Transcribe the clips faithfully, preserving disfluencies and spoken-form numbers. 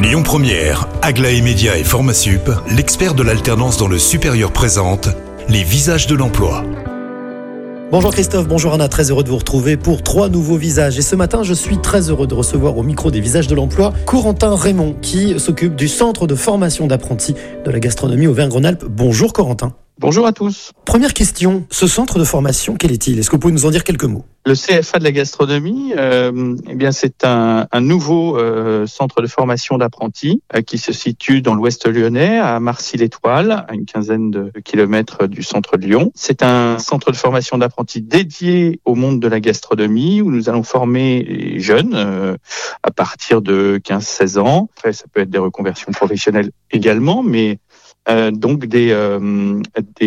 Lyon Première, Aglaé Média et Formasup, l'expert de l'alternance dans le supérieur présente les visages de l'emploi. Bonjour Christophe, bonjour Anna, très heureux de vous retrouver pour trois nouveaux visages. Et ce matin, je suis très heureux de recevoir au micro des visages de l'emploi Corentin Raymond, qui s'occupe du centre de formation d'apprentis de la gastronomie Auvergne-Rhône-Alpes. Bonjour Corentin. Bonjour à tous. Première question, ce centre de formation, quel est-il ? Est-ce que vous pouvez nous en dire quelques mots ? Le C F A de la gastronomie, euh, eh bien c'est un, un nouveau euh, centre de formation d'apprentis euh, qui se situe dans l'ouest lyonnais, à Marcy-l'Étoile, à une quinzaine de kilomètres du centre de Lyon. C'est un centre de formation d'apprentis dédié au monde de la gastronomie où nous allons former les jeunes euh, à partir de quinze seize ans. Après, ça peut être des reconversions professionnelles également, mais Euh, donc des, euh,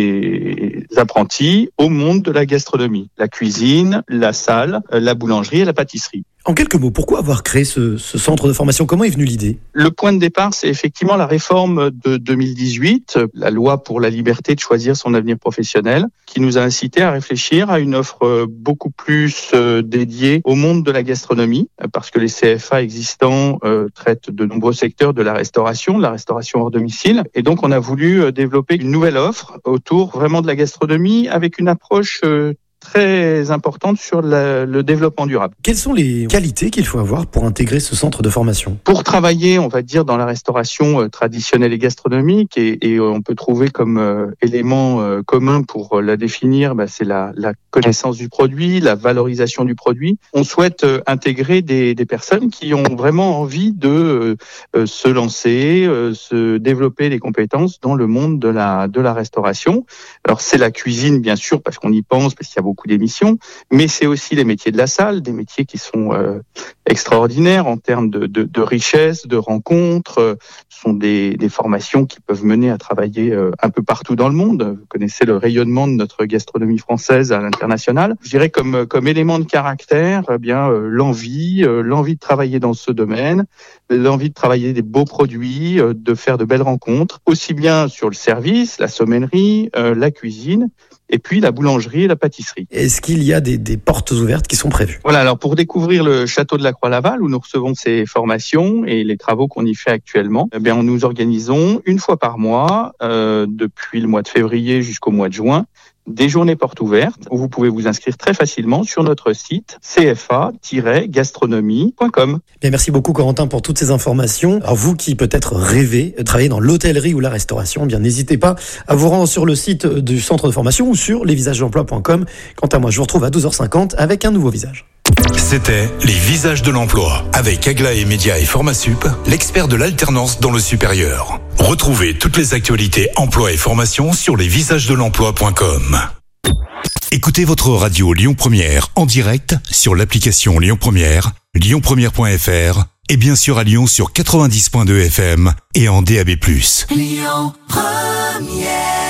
des apprentis au monde de la gastronomie, la cuisine, la salle, la boulangerie et la pâtisserie. En quelques mots, pourquoi avoir créé ce, ce centre de formation ? Comment est venue l'idée ? Le point de départ, c'est effectivement la réforme de deux mille dix-huit, la loi pour la liberté de choisir son avenir professionnel, qui nous a incité à réfléchir à une offre beaucoup plus dédiée au monde de la gastronomie, parce que les C F A existants euh, traitent de nombreux secteurs de la restauration, de la restauration hors domicile, et donc on a voulu développer une nouvelle offre autour vraiment de la gastronomie avec une approche euh, très importante sur la, le développement durable. Quelles sont les qualités qu'il faut avoir pour intégrer ce centre de formation ? Pour travailler, on va dire, dans la restauration euh, traditionnelle et gastronomique, et, et euh, on peut trouver comme euh, élément euh, commun pour euh, la définir, bah, c'est la, la connaissance du produit, la valorisation du produit. On souhaite euh, intégrer des, des personnes qui ont vraiment envie de euh, se lancer, euh, se développer des compétences dans le monde de la, de la restauration. Alors c'est la cuisine, bien sûr, parce qu'on y pense, parce qu'il y a beaucoup d'émissions, mais c'est aussi les métiers de la salle, des métiers qui sont euh, extraordinaires en termes de, de, de richesse, de rencontres. Euh, ce sont des, des formations qui peuvent mener à travailler euh, un peu partout dans le monde. Vous connaissez le rayonnement de notre gastronomie française à l'international. Je dirais comme comme élément de caractère, eh bien euh, l'envie, euh, l'envie de travailler dans ce domaine, l'envie de travailler des beaux produits, euh, de faire de belles rencontres, aussi bien sur le service, la sommellerie, euh, la cuisine, et puis la boulangerie et la pâtisserie. Est-ce qu'il y a des, des portes ouvertes qui sont prévues ? Voilà, alors pour découvrir le château de la Croix-Laval, où nous recevons ces formations et les travaux qu'on y fait actuellement, eh bien, nous organisons une fois par mois, euh, depuis le mois de février jusqu'au mois de juin, des journées portes ouvertes où vous pouvez vous inscrire très facilement sur notre site c f a tiret gastronomie point com. Bien, merci beaucoup Corentin pour toutes ces informations. Alors vous qui peut-être rêvez de travailler dans l'hôtellerie ou la restauration, bien n'hésitez pas à vous rendre sur le site du centre de formation ou sur les visages de l'emploi point com. Quant à moi, je vous retrouve à douze heures cinquante avec un nouveau visage. C'était les visages de l'emploi avec Aglaé Média et Formasup, l'expert de l'alternance dans le supérieur. Retrouvez toutes les actualités emploi et formation sur les visages de l'emploi point com. Écoutez votre radio Lyon Première en direct sur l'application Lyon Première, lyon première point f r et bien sûr à Lyon sur quatre-vingt-dix virgule deux F M et en D A B plus. Lyon Première.